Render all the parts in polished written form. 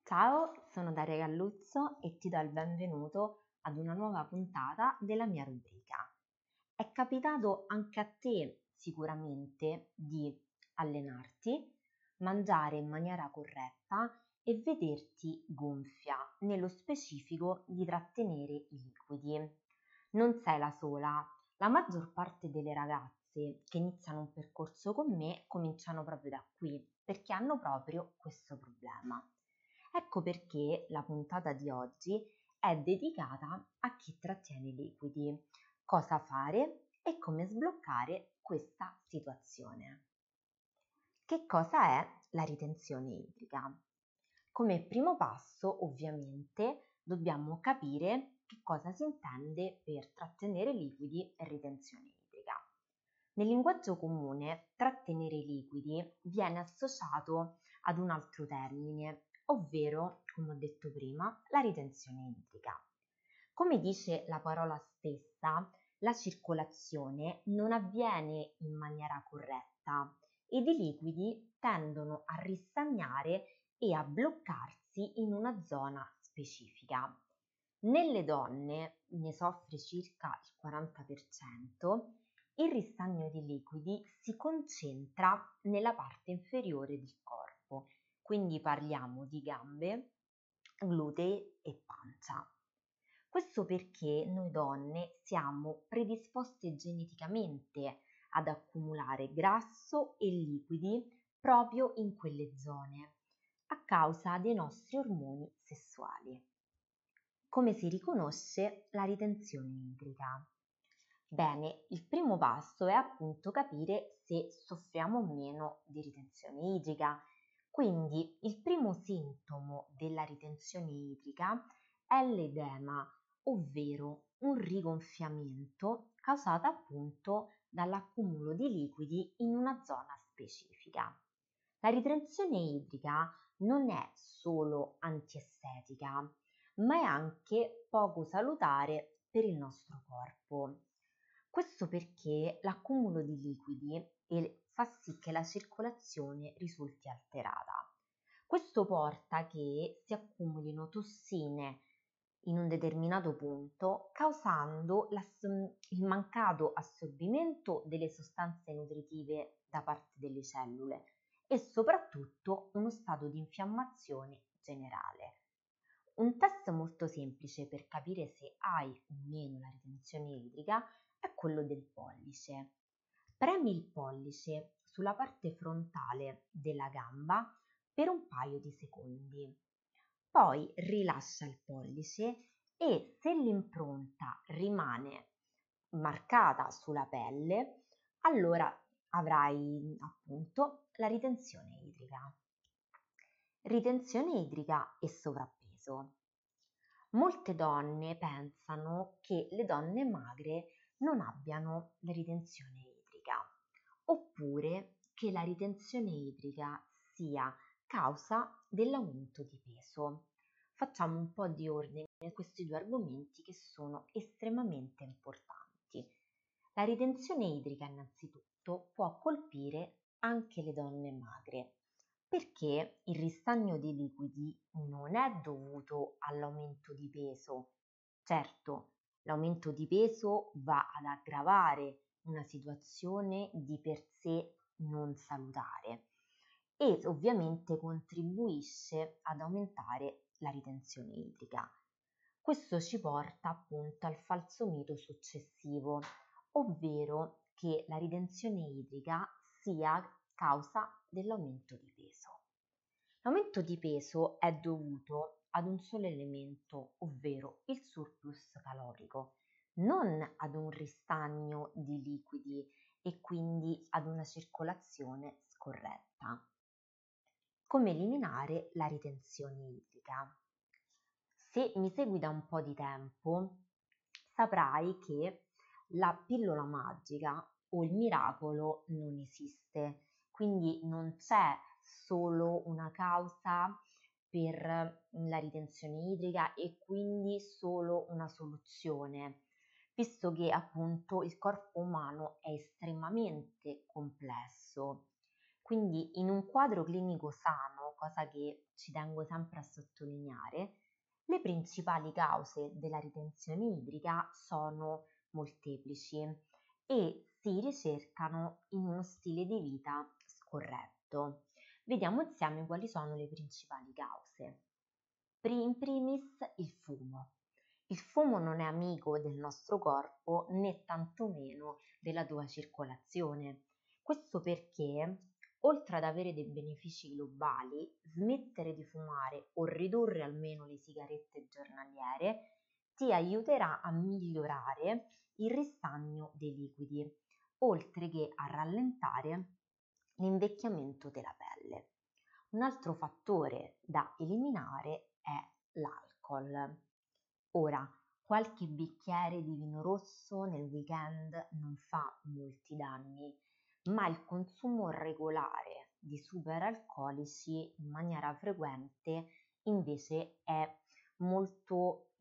Ciao, sono Daria Galluzzo e ti do il benvenuto ad una nuova puntata della mia rubrica. È capitato anche a te sicuramente di allenarti, mangiare in maniera corretta e vederti gonfia, nello specifico di trattenere i liquidi. Non sei la sola, la maggior parte delle ragazze che iniziano un percorso con me cominciano proprio da qui, perché hanno proprio questo problema. Ecco perché la puntata di oggi è dedicata a chi trattiene i liquidi, cosa fare e come sbloccare questa situazione. Che cosa è la ritenzione idrica? Come primo passo, ovviamente, dobbiamo capire che cosa si intende per trattenere liquidi e ritenzione idrica. Nel linguaggio comune, trattenere i liquidi viene associato ad un altro termine, ovvero, come ho detto prima, la ritenzione idrica. Come dice la parola stessa, la circolazione non avviene in maniera corretta ed i liquidi tendono a ristagnare e a bloccarsi in una zona specifica. Nelle donne ne soffre circa il 40%. Il ristagno di liquidi si concentra nella parte inferiore del corpo, quindi parliamo di gambe, glutei e pancia. Questo perché noi donne siamo predisposte geneticamente ad accumulare grasso e liquidi proprio in quelle zone, a causa dei nostri ormoni sessuali. Come si riconosce la ritenzione idrica? Bene, il primo passo è appunto capire se soffriamo o meno di ritenzione idrica. Quindi il primo sintomo della ritenzione idrica è l'edema, ovvero un rigonfiamento causato appunto dall'accumulo di liquidi in una zona specifica. La ritenzione idrica non è solo antiestetica, ma è anche poco salutare per il nostro corpo. Questo perché l'accumulo di liquidi fa sì che la circolazione risulti alterata. Questo porta che si accumulino tossine in un determinato punto, causando il mancato assorbimento delle sostanze nutritive da parte delle cellule e soprattutto uno stato di infiammazione generale. Un test molto semplice per capire se hai o meno la ritenzione idrica è quello del pollice. Premi il pollice sulla parte frontale della gamba per un paio di secondi. Poi rilascia il pollice e se l'impronta rimane marcata sulla pelle, allora avrai appunto la ritenzione idrica. Ritenzione idrica e sovrappeso. Molte donne pensano che le donne magre non abbiano la ritenzione idrica, oppure che la ritenzione idrica sia causa dell'aumento di peso. Facciamo un po' di ordine in questi due argomenti che sono estremamente importanti. La ritenzione idrica innanzitutto può colpire anche le donne magre, perché il ristagno di liquidi non è dovuto all'aumento di peso. Certo, l'aumento di peso va ad aggravare una situazione di per sé non salutare e ovviamente contribuisce ad aumentare la ritenzione idrica. Questo ci porta appunto al falso mito successivo, ovvero che la ritenzione idrica sia causa dell'aumento di peso. L'aumento di peso è dovuto ad un solo elemento, ovvero il surplus calorico, non ad un ristagno di liquidi e quindi ad una circolazione scorretta. Come eliminare la ritenzione idrica? Se mi segui da un po' di tempo, saprai che la pillola magica o il miracolo non esiste, quindi non c'è solo una causa per la ritenzione idrica e quindi solo una soluzione, visto che appunto il corpo umano è estremamente complesso. Quindi in un quadro clinico sano, cosa che ci tengo sempre a sottolineare, le principali cause della ritenzione idrica sono molteplici e si ricercano in uno stile di vita scorretto. Vediamo insieme quali sono le principali cause. In primis il fumo. Il fumo non è amico del nostro corpo né tantomeno della tua circolazione. Questo perché, oltre ad avere dei benefici globali, smettere di fumare o ridurre almeno le sigarette giornaliere ti aiuterà a migliorare il ristagno dei liquidi, oltre che a rallentare l'invecchiamento della pelle. Un altro fattore da eliminare è l'alcol. Ora, qualche bicchiere di vino rosso nel weekend non fa molti danni, ma il consumo regolare di superalcolici in maniera frequente invece è molto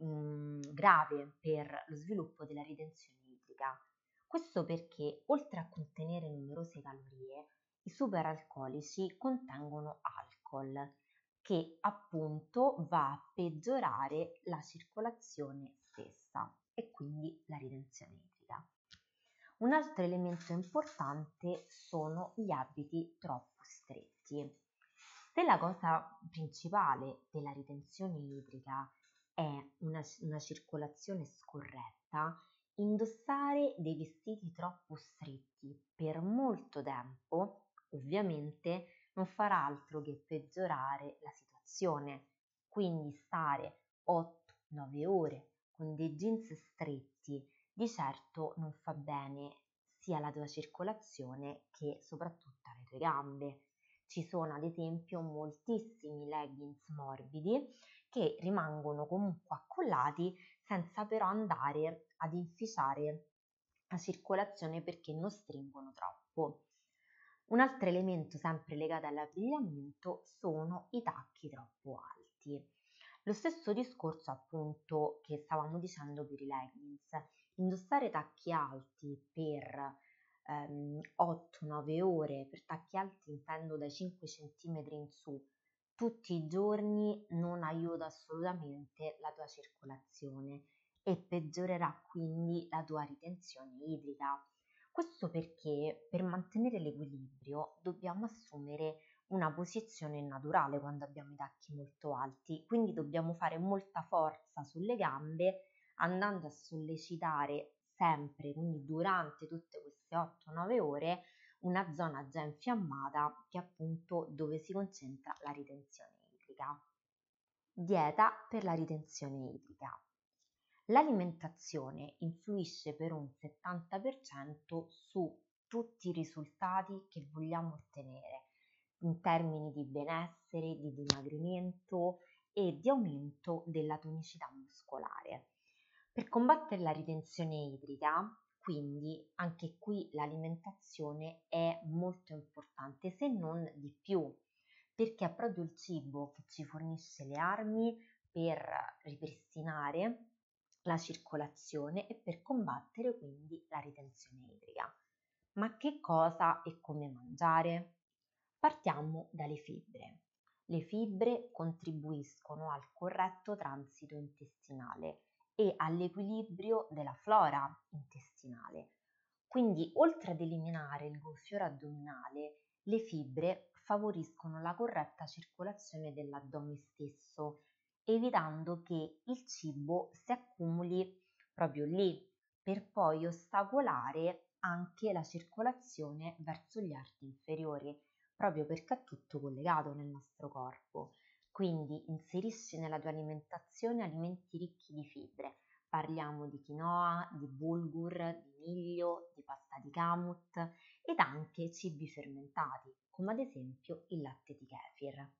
grave per lo sviluppo della ritenzione idrica. Questo perché, oltre a contenere numerose calorie, i superalcolici contengono alcol, che appunto va a peggiorare la circolazione stessa e quindi la ritenzione idrica. Un altro elemento importante sono gli abiti troppo stretti. Se la cosa principale della ritenzione idrica è una circolazione scorretta, indossare dei vestiti troppo stretti per molto tempo ovviamente non farà altro che peggiorare la situazione. Quindi stare 8-9 ore con dei jeans stretti di certo non fa bene sia alla tua circolazione che soprattutto alle tue gambe. Ci sono ad esempio moltissimi leggings morbidi che rimangono comunque accollati senza però andare ad inficiare la circolazione perché non stringono troppo. Un altro elemento sempre legato all'abbigliamento sono i tacchi troppo alti. Lo stesso discorso appunto che stavamo dicendo per i leggings. Indossare tacchi alti per 8-9 ore, per tacchi alti intendo dai 5 cm in su, tutti i giorni non aiuta assolutamente la tua circolazione e peggiorerà quindi la tua ritenzione idrica. Questo perché per mantenere l'equilibrio dobbiamo assumere una posizione naturale quando abbiamo i tacchi molto alti, quindi dobbiamo fare molta forza sulle gambe andando a sollecitare sempre, quindi durante tutte queste 8-9 ore, una zona già infiammata che è appunto dove si concentra la ritenzione idrica. Dieta per la ritenzione idrica. L'alimentazione influisce per un 70% su tutti i risultati che vogliamo ottenere in termini di benessere, di dimagrimento e di aumento della tonicità muscolare. Per combattere la ritenzione idrica, quindi anche qui l'alimentazione è molto importante, se non di più, perché è proprio il cibo che ci fornisce le armi per ripristinare la circolazione e per combattere quindi la ritenzione idrica. Ma che cosa e come mangiare? Partiamo dalle fibre. Le fibre contribuiscono al corretto transito intestinale e all'equilibrio della flora intestinale. Quindi, oltre ad eliminare il gonfiore addominale, le fibre favoriscono la corretta circolazione dell'addome stesso, evitando che il cibo si accumuli proprio lì, per poi ostacolare anche la circolazione verso gli arti inferiori, proprio perché è tutto collegato nel nostro corpo. Quindi inserisci nella tua alimentazione alimenti ricchi di fibre. Parliamo di quinoa, di bulgur, di miglio, di pasta di kamut ed anche cibi fermentati, come ad esempio il latte di kefir.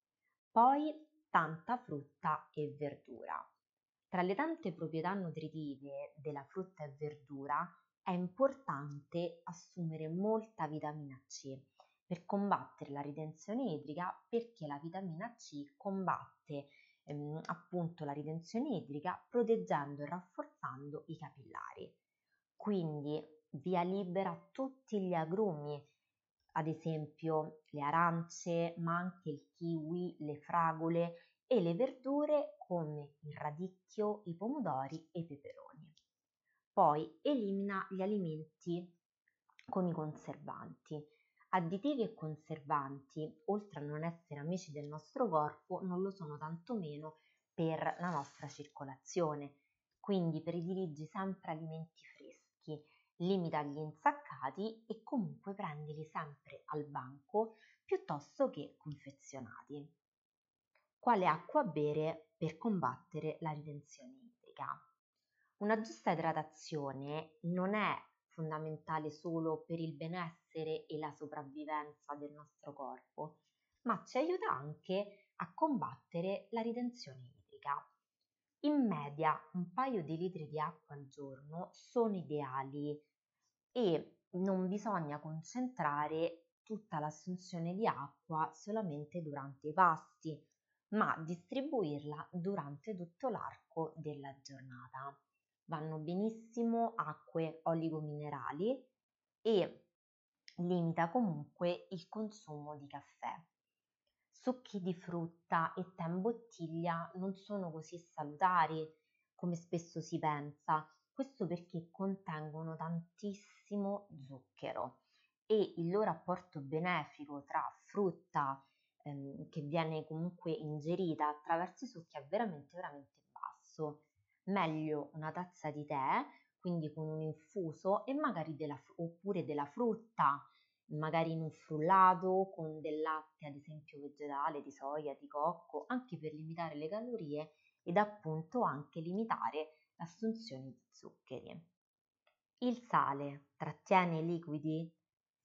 Poi tanta frutta e verdura. Tra le tante proprietà nutritive della frutta e verdura è importante assumere molta vitamina C per combattere la ritenzione idrica perché la vitamina C combatte appunto la ritenzione idrica proteggendo e rafforzando i capillari. Quindi via libera a tutti gli agrumi ad esempio le arance, ma anche il kiwi, le fragole e le verdure come il radicchio, i pomodori e i peperoni. Poi elimina gli alimenti con i conservanti. Additivi e conservanti, oltre a non essere amici del nostro corpo, non lo sono tantomeno per la nostra circolazione. Quindi prediligi sempre alimenti freschi, limita gli insaccati e comunque prendili sempre al banco piuttosto che confezionati. Quale acqua bere per combattere la ritenzione idrica? Una giusta idratazione non è fondamentale solo per il benessere e la sopravvivenza del nostro corpo, ma ci aiuta anche a combattere la ritenzione idrica. In media un paio di litri di acqua al giorno sono ideali e non bisogna concentrare tutta l'assunzione di acqua solamente durante i pasti, ma distribuirla durante tutto l'arco della giornata. Vanno benissimo acque oligominerali e limita comunque il consumo di caffè. Succhi di frutta e tè in bottiglia non sono così salutari come spesso si pensa, questo perché contengono tantissimo zucchero e il loro apporto benefico tra frutta che viene comunque ingerita attraverso i succhi è veramente basso. Meglio una tazza di tè, quindi con un infuso e magari oppure della frutta, magari in un frullato con del latte ad esempio vegetale, di soia, di cocco, anche per limitare le calorie ed appunto anche limitare l'assunzione di zuccheri. Il sale trattiene i liquidi?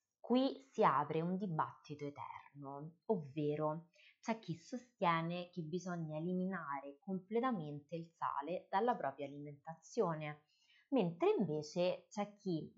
Qui si apre un dibattito eterno, ovvero c'è chi sostiene che bisogna eliminare completamente il sale dalla propria alimentazione, mentre invece c'è chi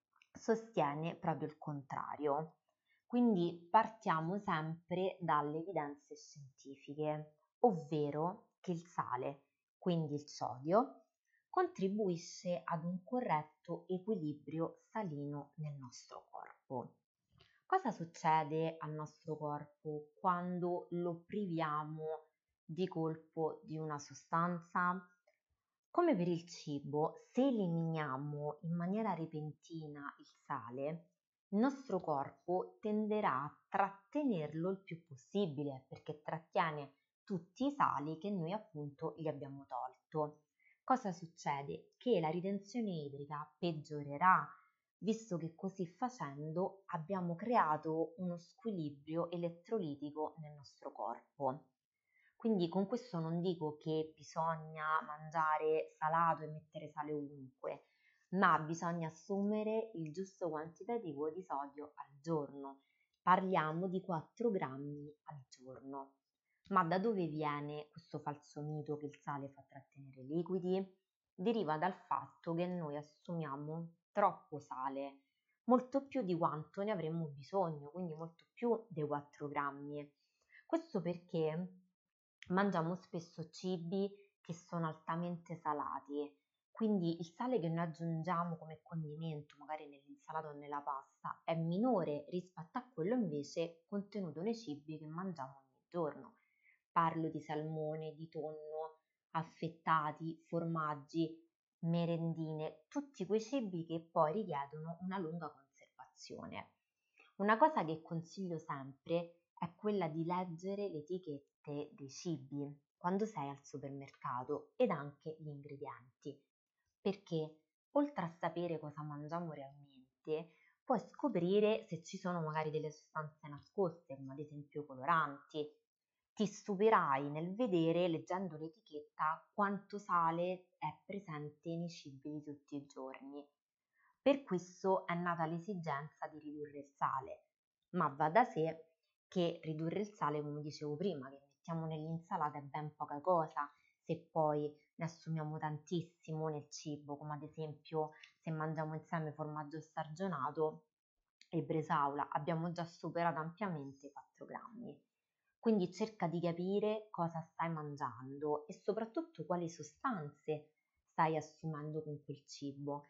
sostiene proprio il contrario. Quindi partiamo sempre dalle evidenze scientifiche, ovvero che il sale, quindi il sodio, contribuisce ad un corretto equilibrio salino nel nostro corpo. Cosa succede al nostro corpo quando lo priviamo di colpo di una sostanza? Come per il cibo, se eliminiamo in maniera repentina il sale, il nostro corpo tenderà a trattenerlo il più possibile perché trattiene tutti i sali che noi appunto gli abbiamo tolto. Cosa succede? Che la ritenzione idrica peggiorerà, visto che così facendo abbiamo creato uno squilibrio elettrolitico nel nostro corpo. Quindi con questo non dico che bisogna mangiare salato e mettere sale ovunque, ma bisogna assumere il giusto quantitativo di sodio al giorno. Parliamo di 4 grammi al giorno. Ma da dove viene questo falso mito che il sale fa trattenere i liquidi? Deriva dal fatto che noi assumiamo troppo sale, molto più di quanto ne avremmo bisogno, quindi molto più dei 4 grammi. Questo perché mangiamo spesso cibi che sono altamente salati, quindi il sale che noi aggiungiamo come condimento, magari nell'insalata o nella pasta, è minore rispetto a quello invece contenuto nei cibi che mangiamo ogni giorno. Parlo di salmone, di tonno, affettati, formaggi, merendine, tutti quei cibi che poi richiedono una lunga conservazione. Una cosa che consiglio sempre è quella di leggere le etichette dei cibi quando sei al supermercato ed anche gli ingredienti, perché oltre a sapere cosa mangiamo realmente, puoi scoprire se ci sono magari delle sostanze nascoste, come ad esempio coloranti. Ti stupirai nel vedere, leggendo l'etichetta, quanto sale è presente nei cibi di tutti i giorni. Per questo è nata l'esigenza di ridurre il sale, ma va da sé che ridurre il sale, come dicevo prima, che mettiamo nell'insalata è ben poca cosa, se poi ne assumiamo tantissimo nel cibo, come ad esempio se mangiamo insieme formaggio stagionato e bresaola, abbiamo già superato ampiamente i 4 grammi. Quindi cerca di capire cosa stai mangiando e soprattutto quali sostanze stai assumendo con quel cibo.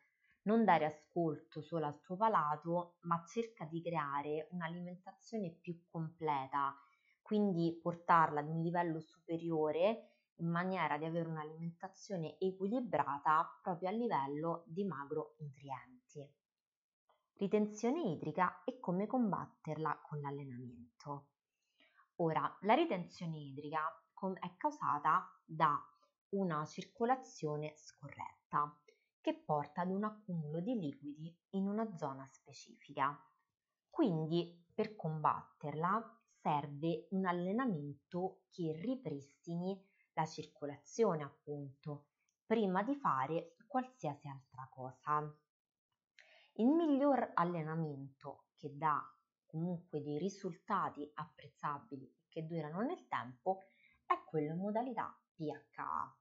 non dare ascolto solo al tuo palato, ma cerca di creare un'alimentazione più completa, quindi portarla ad un livello superiore in maniera di avere un'alimentazione equilibrata proprio a livello di macronutrienti. Ritenzione idrica e come combatterla con l'allenamento. Ora, la ritenzione idrica è causata da una circolazione scorretta che porta ad un accumulo di liquidi in una zona specifica. Quindi per combatterla serve un allenamento che ripristini la circolazione, appunto, prima di fare qualsiasi altra cosa. Il miglior allenamento che dà comunque dei risultati apprezzabili e che durano nel tempo è quello in modalità PHA,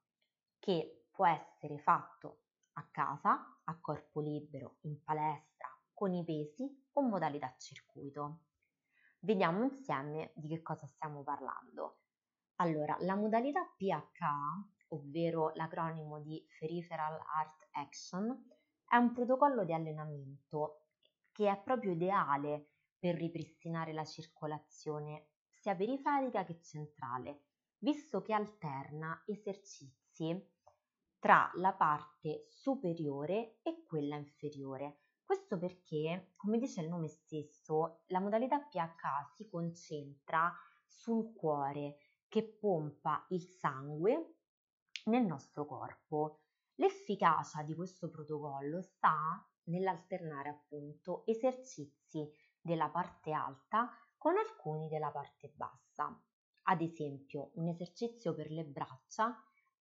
che può essere fatto a casa, a corpo libero, in palestra, con i pesi o modalità circuito. Vediamo insieme di che cosa stiamo parlando. Allora, la modalità PHA, ovvero l'acronimo di Peripheral Heart Action, è un protocollo di allenamento che è proprio ideale per ripristinare la circolazione sia periferica che centrale, visto che alterna esercizi tra la parte superiore e quella inferiore. Questo perché, come dice il nome stesso, la modalità PHA si concentra sul cuore che pompa il sangue nel nostro corpo. L'efficacia di questo protocollo sta nell'alternare appunto esercizi della parte alta con alcuni della parte bassa. Ad esempio, un esercizio per le braccia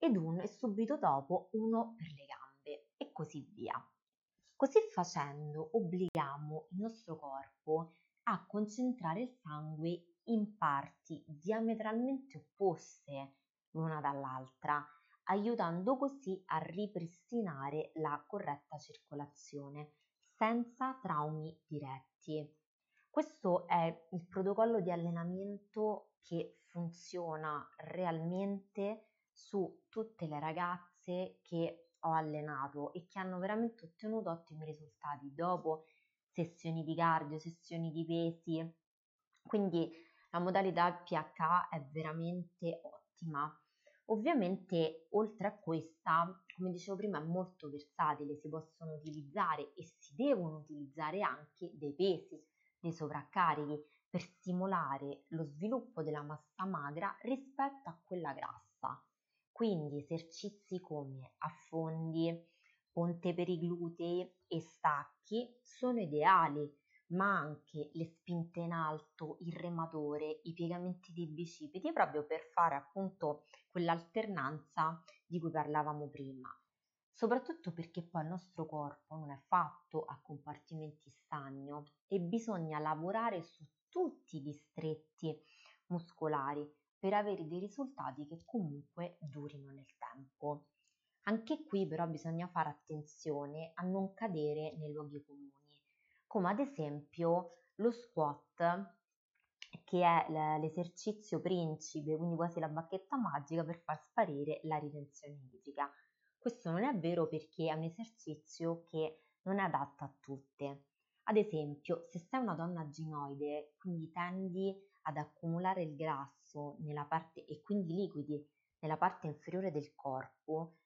e subito dopo uno per le gambe e così via. Così facendo obblighiamo il nostro corpo a concentrare il sangue in parti diametralmente opposte l'una dall'altra, aiutando così a ripristinare la corretta circolazione senza traumi diretti. Questo è il protocollo di allenamento che funziona realmente su tutte le ragazze che ho allenato e che hanno veramente ottenuto ottimi risultati dopo sessioni di cardio, sessioni di pesi. Quindi la modalità PH è veramente ottima. Ovviamente, oltre a questa, come dicevo prima, è molto versatile, si possono utilizzare e si devono utilizzare anche dei pesi, dei sovraccarichi per stimolare lo sviluppo della massa magra rispetto a quella grassa. Quindi esercizi come affondi, ponte per i glutei e stacchi sono ideali, ma anche le spinte in alto, il rematore, i piegamenti dei bicipiti, proprio per fare appunto quell'alternanza di cui parlavamo prima. Soprattutto perché poi il nostro corpo non è fatto a compartimenti stagno e bisogna lavorare su tutti i distretti muscolari per avere dei risultati che comunque durino nel tempo. Anche qui però bisogna fare attenzione a non cadere nei luoghi comuni, come ad esempio lo squat, che è l'esercizio principe, quindi quasi la bacchetta magica per far sparire la ritenzione idrica. Questo non è vero perché è un esercizio che non è adatto a tutte. Ad esempio, se sei una donna ginoide, quindi tendi ad accumulare il grasso nella parte e quindi liquidi nella parte inferiore del corpo,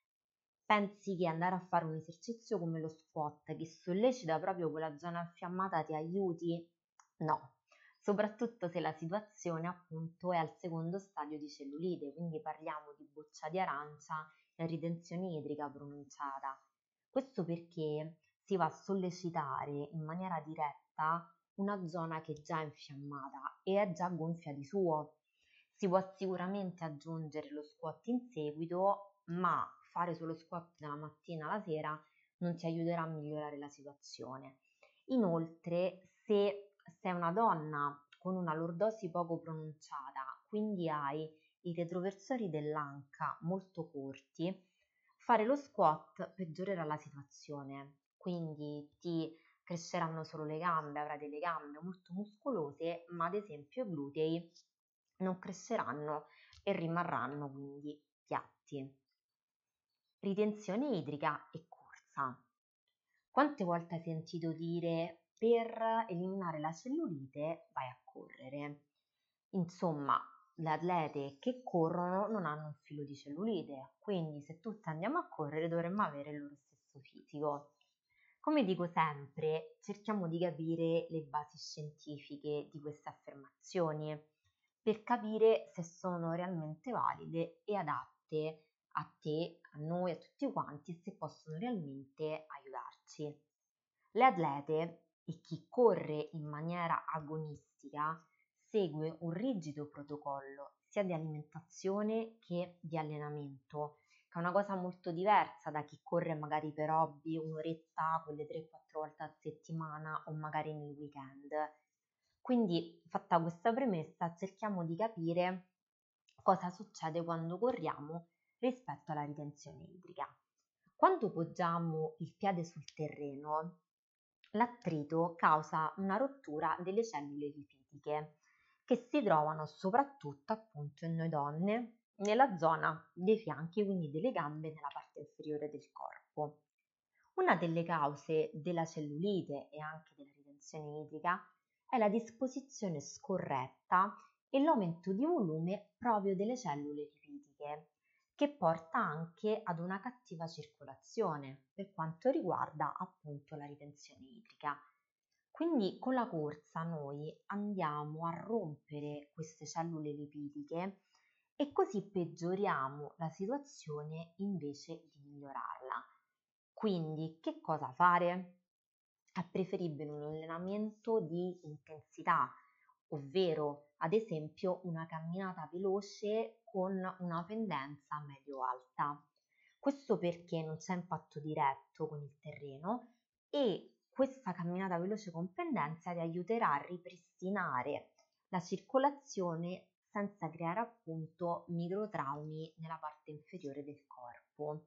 pensi che andare a fare un esercizio come lo squat che sollecita proprio quella zona infiammata ti aiuti? No, soprattutto se la situazione appunto è al secondo stadio di cellulite, quindi parliamo di boccia di arancia e ritenzione idrica pronunciata. Questo perché si va a sollecitare in maniera diretta una zona che è già infiammata e è già gonfia di suo. Si può sicuramente aggiungere lo squat in seguito, ma fare solo squat dalla mattina alla sera non ti aiuterà a migliorare la situazione. Inoltre, se sei una donna con una lordosi poco pronunciata, quindi hai i retroversori dell'anca molto corti, fare lo squat peggiorerà la situazione, quindi ti cresceranno solo le gambe, avrai delle gambe molto muscolose, ma ad esempio i glutei non cresceranno e rimarranno quindi piatti. Ritenzione idrica e corsa. Quante volte hai sentito dire per eliminare la cellulite vai a correre? Insomma, le atlete che corrono non hanno un filo di cellulite, quindi se tutti andiamo a correre dovremmo avere il loro stesso fisico. Come dico sempre, cerchiamo di capire le basi scientifiche di queste affermazioni per capire se sono realmente valide e adatte a te, a noi, a tutti quanti e se possono realmente aiutarci. Le atlete e chi corre in maniera agonistica segue un rigido protocollo sia di alimentazione che di allenamento, che è una cosa molto diversa da chi corre magari per hobby un'oretta, quelle 3-4 volte a settimana o magari nel weekend. Quindi, fatta questa premessa, cerchiamo di capire cosa succede quando corriamo rispetto alla ritenzione idrica. Quando poggiamo il piede sul terreno, l'attrito causa una rottura delle cellule lipitiche che si trovano soprattutto appunto in noi donne nella zona dei fianchi, quindi delle gambe, nella parte inferiore del corpo. Una delle cause della cellulite e anche della ritenzione idrica è la disposizione scorretta e l'aumento di volume proprio delle cellule lipitiche, che porta anche ad una cattiva circolazione per quanto riguarda appunto la ritenzione idrica. Quindi con la corsa noi andiamo a rompere queste cellule lipidiche e così peggioriamo la situazione invece di migliorarla. Quindi che cosa fare? È preferibile un allenamento di intensità, ovvero ad esempio una camminata veloce con una pendenza medio-alta. Questo perché non c'è impatto diretto con il terreno e questa camminata veloce con pendenza ti aiuterà a ripristinare la circolazione senza creare appunto microtraumi nella parte inferiore del corpo.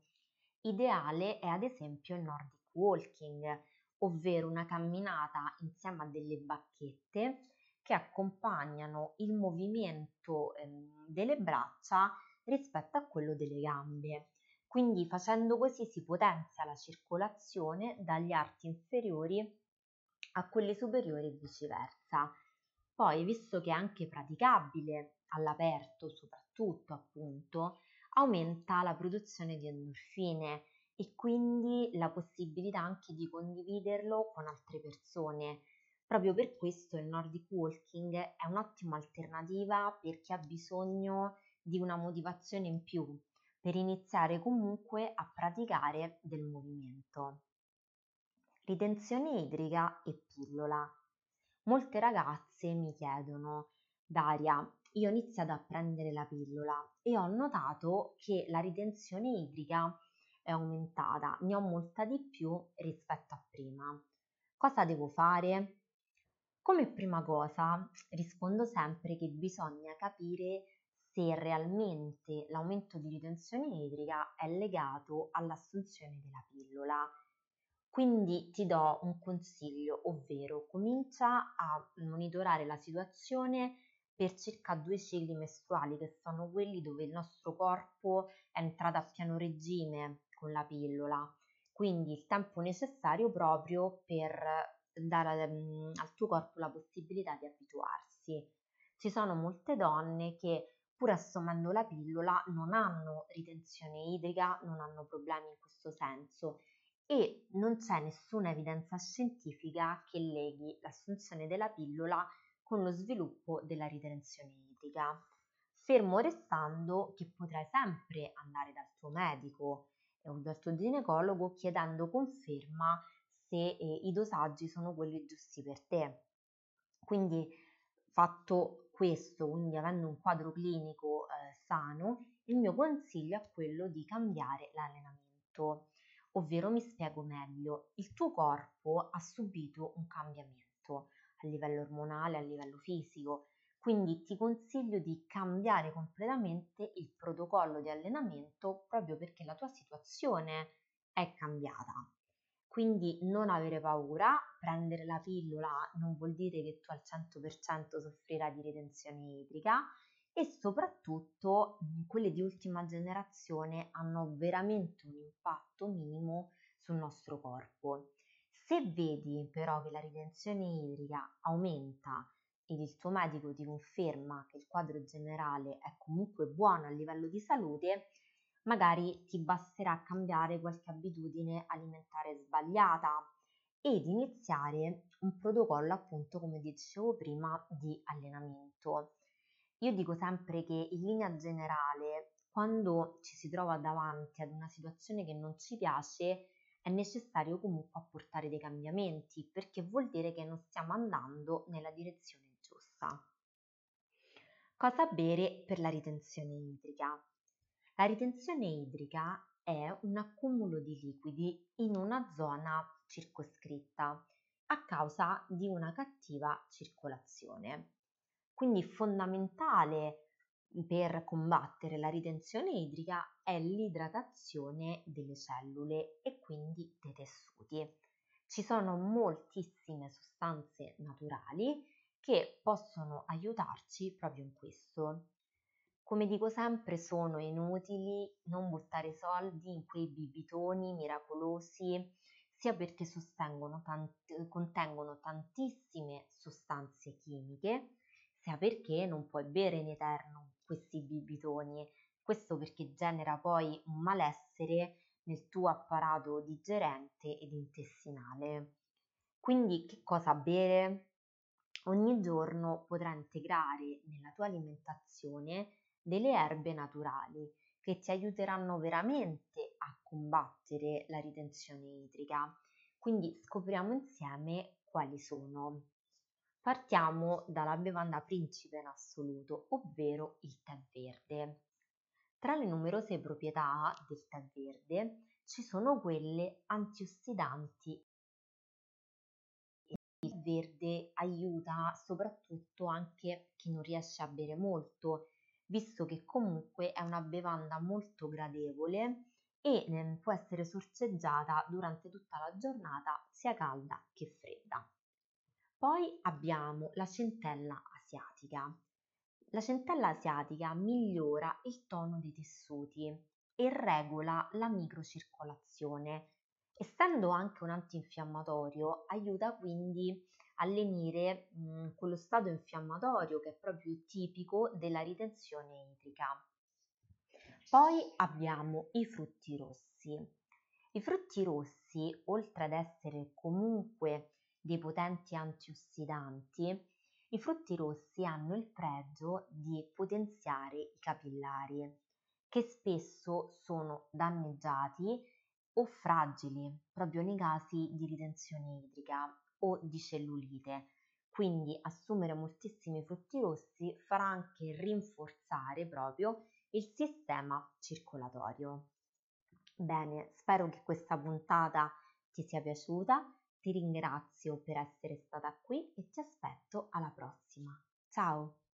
Ideale è ad esempio il Nordic Walking, ovvero una camminata insieme a delle bacchette che accompagnano il movimento delle braccia rispetto a quello delle gambe. Quindi facendo così si potenzia la circolazione dagli arti inferiori a quelli superiori e viceversa. Poi, visto che è anche praticabile all'aperto, soprattutto appunto, aumenta la produzione di endorfine e quindi la possibilità anche di condividerlo con altre persone. Proprio per questo il Nordic Walking è un'ottima alternativa per chi ha bisogno di una motivazione in più, per iniziare comunque a praticare del movimento. Ritenzione idrica e pillola. Molte ragazze mi chiedono: Daria, io ho iniziato a prendere la pillola e ho notato che la ritenzione idrica è aumentata, ne ho molta di più rispetto a prima. Cosa devo fare? Come prima cosa rispondo sempre che bisogna capire se realmente l'aumento di ritenzione idrica è legato all'assunzione della pillola. Quindi ti do un consiglio, ovvero comincia a monitorare la situazione per circa 2 cicli mestruali, che sono quelli dove il nostro corpo è entrato a pieno regime con la pillola, quindi il tempo necessario proprio per dare al tuo corpo la possibilità di abituarsi. Ci sono molte donne che pur assumendo la pillola non hanno ritenzione idrica, non hanno problemi in questo senso e non c'è nessuna evidenza scientifica che leghi l'assunzione della pillola con lo sviluppo della ritenzione idrica. Fermo restando che potrai sempre andare dal tuo medico o dal tuo ginecologo chiedendo conferma se i dosaggi sono quelli giusti per te. Quindi fatto questo, quindi avendo un quadro clinico sano, il mio consiglio è quello di cambiare l'allenamento. Ovvero mi spiego meglio, il tuo corpo ha subito un cambiamento a livello ormonale, a livello fisico, quindi ti consiglio di cambiare completamente il protocollo di allenamento proprio perché la tua situazione è cambiata. Quindi non avere paura, prendere la pillola non vuol dire che tu al 100% soffrirai di ritenzione idrica e soprattutto quelle di ultima generazione hanno veramente un impatto minimo sul nostro corpo. Se vedi però che la ritenzione idrica aumenta ed il tuo medico ti conferma che il quadro generale è comunque buono a livello di salute, magari ti basterà cambiare qualche abitudine alimentare sbagliata ed iniziare un protocollo, appunto, come dicevo prima, di allenamento. Io dico sempre che in linea generale, quando ci si trova davanti ad una situazione che non ci piace, è necessario comunque apportare dei cambiamenti, perché vuol dire che non stiamo andando nella direzione giusta. Cosa bere per la ritenzione idrica? La ritenzione idrica è un accumulo di liquidi in una zona circoscritta a causa di una cattiva circolazione. Quindi fondamentale per combattere la ritenzione idrica è l'idratazione delle cellule e quindi dei tessuti. Ci sono moltissime sostanze naturali che possono aiutarci proprio in questo. Come dico sempre, sono inutili non buttare soldi in quei bibitoni miracolosi, sia perché contengono tantissime sostanze chimiche, sia perché non puoi bere in eterno questi bibitoni. Questo perché genera poi un malessere nel tuo apparato digerente ed intestinale. Quindi che cosa bere? Ogni giorno potrai integrare nella tua alimentazione delle erbe naturali che ti aiuteranno veramente a combattere la ritenzione idrica. Quindi scopriamo insieme quali sono. Partiamo dalla bevanda principe in assoluto, ovvero il tè verde. Tra le numerose proprietà del tè verde ci sono quelle antiossidanti. Il verde aiuta soprattutto anche chi non riesce a bere molto, visto che comunque è una bevanda molto gradevole e può essere sorseggiata durante tutta la giornata, sia calda che fredda. Poi abbiamo la centella asiatica. La centella asiatica migliora il tono dei tessuti e regola la microcircolazione. Essendo anche un antinfiammatorio, aiuta quindi a lenire quello stato infiammatorio che è proprio tipico della ritenzione idrica. Poi abbiamo i frutti rossi. I frutti rossi, oltre ad essere comunque dei potenti antiossidanti, i frutti rossi hanno il pregio di potenziare i capillari, che spesso sono danneggiati o fragili proprio nei casi di ritenzione idrica o di cellulite. Quindi assumere moltissimi frutti rossi farà anche rinforzare proprio il sistema circolatorio. Bene, spero che questa puntata ti sia piaciuta, ti ringrazio per essere stata qui e ti aspetto alla prossima. Ciao!